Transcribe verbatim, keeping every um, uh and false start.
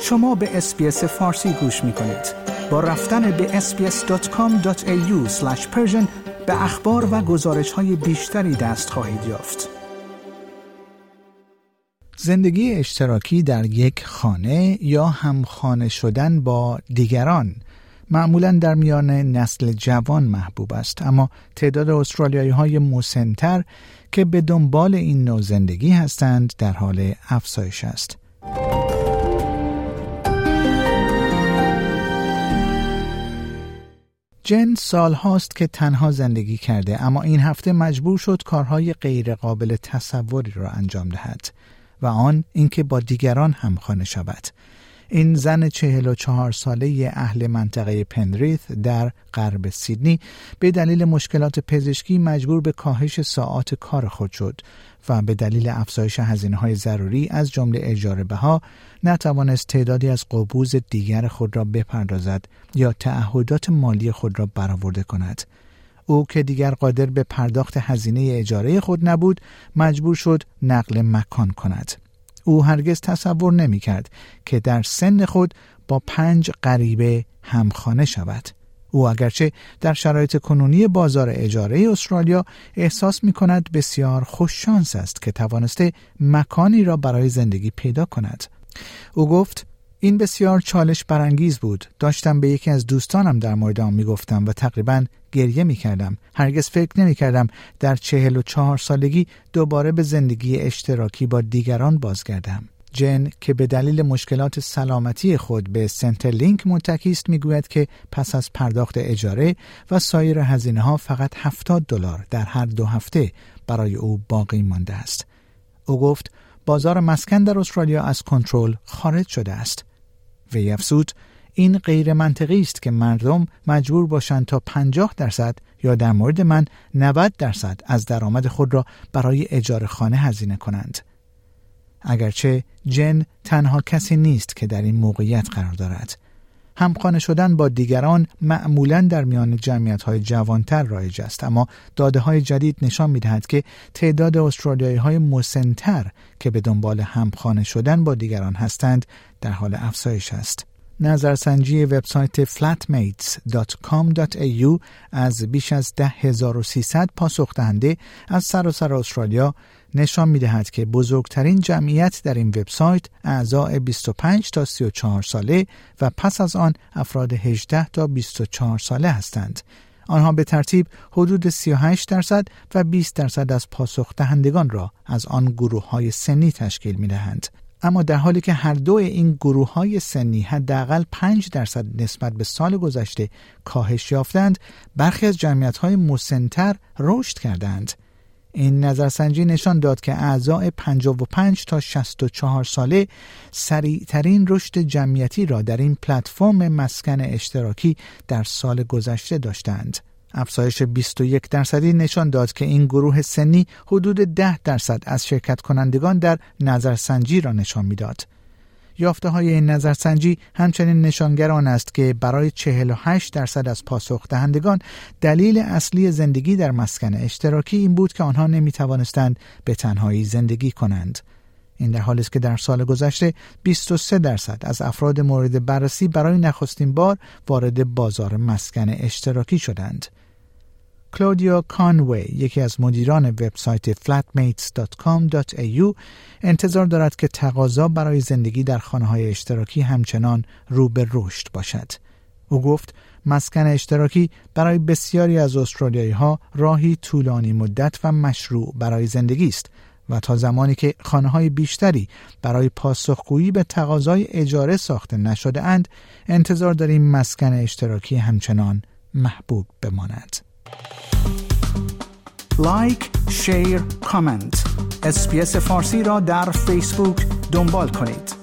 شما به اس‌بی‌اس فارسی گوش می‌کنید. با رفتن به اس بی اس دات کام دات ای یو اسلش پرشن به اخبار و گزارش‌های بیشتری دست خواهید یافت. زندگی اشتراکی در یک خانه یا همخانه شدن با دیگران معمولاً در میان نسل جوان محبوب است، اما تعداد استرالیایی‌های مسن‌تر که به دنبال این نوع زندگی هستند در حال افزایش است. جن سال هاست که تنها زندگی کرده، اما این هفته مجبور شد کارهای غیر قابل تصوری را انجام دهد و آن اینکه با دیگران همخانه شود. این زن چهل و چهار ساله اهل منطقه پنریث در غرب سیدنی به دلیل مشکلات پزشکی مجبور به کاهش ساعات کار خود شد و به دلیل افزایش هزینه‌های ضروری از جمله اجاره بها نتوانست تعدادی از قبوز دیگر خود را بپردازد یا تعهدات مالی خود را برآورده کند. او که دیگر قادر به پرداخت هزینه اجاره خود نبود، مجبور شد نقل مکان کند. او هرگز تصور نمی کرد که در سن خود با پنج غریبه همخانه شود. او اگرچه در شرایط کنونی بازار اجاره استرالیا احساس می کند بسیار خوششانس است که توانسته مکانی را برای زندگی پیدا کند. او گفت: این بسیار چالش برانگیز بود. داشتم به یکی از دوستانم در مورد آن می گفتم و تقریباً گریه می کردم. هرگز فکر نمی کردم در چهل و چهار سالگی دوباره به زندگی اشتراکی با دیگران بازگردم. جن که به دلیل مشکلات سلامتی خود به سنترلینک متکی است میگوید که پس از پرداخت اجاره و سایر هزینه ها فقط هفتاد دلار در هر دو هفته برای او باقی مانده است. او گفت بازار مسکن در استرالیا از کنترل خارج شده است. وی افزود: این غیر منطقی است که مردم مجبور باشند تا پنجاه درصد یا در مورد من نود درصد از درآمد خود را برای اجاره خانه هزینه کنند. اگرچه جن تنها کسی نیست که در این موقعیت قرار دارد. همخانه شدن با دیگران معمولاً در میان جمعیت‌های جوانتر رایج است، اما داده‌های جدید نشان می‌دهد که تعداد استرالیایی‌های مسن‌تر که به دنبال همخانه شدن با دیگران هستند در حال افزایش است. نظرسنجی وبسایت فلتمیتس دات کام دات ای یو از بیش از ده هزار و سیصد پاسخ دهنده از سراسر استرالیا نشان می‌دهد که بزرگترین جمعیت در این وبسایت اعضای بیست و پنج تا سی و چهار ساله و پس از آن افراد هجده تا بیست و چهار ساله هستند. آنها به ترتیب حدود سی و هشت درصد و بیست درصد از پاسخ دهندگان را از آن گروه‌های سنی تشکیل می‌دهند. اما در حالی که هر دو این گروه‌های سنی حداقل پنج درصد نسبت به سال گذشته کاهش یافتند، برخی از جمعیت‌های مسن‌تر رشد کردند. این نظرسنجی نشان داد که اعضای پنجاه و پنج تا شصت و چهار ساله سریع‌ترین رشد جمعیتی را در این پلتفرم مسکن اشتراکی در سال گذشته داشتند. افزایش بیست و یک درصدی نشان داد که این گروه سنی حدود ده درصد از شرکت کنندگان در نظرسنجی را نشان می‌داد. یافته‌های این نظرسنجی همچنین نشانگر آن است که برای چهل و هشت درصد از پاسخ دهندگان دلیل اصلی زندگی در مسکن اشتراکی این بود که آنها نمی‌توانستند به تنهایی زندگی کنند. این در حالی است که در سال گذشته بیست و سه درصد از افراد مورد بررسی برای نخستین بار وارد بازار مسکن اشتراکی شدند. کلودیا کانوی، یکی از مدیران وبسایت فلتمیتس دات کام دات ای یو، انتظار دارد که تقاضا برای زندگی در خانه‌های اشتراکی همچنان رو به رشد باشد. او گفت مسکن اشتراکی برای بسیاری از استرالیایی‌ها راهی طولانی مدت و مشروع برای زندگی است و تا زمانی که خانه‌های بیشتری برای پاسخگویی به تقاضای اجاره ساخته نشده اند، انتظار داریم مسکن اشتراکی همچنان محبوب بماند. لایک، شیر، کامنت. اس‌بی‌اس فارسی را در فیسبوک دنبال کنید.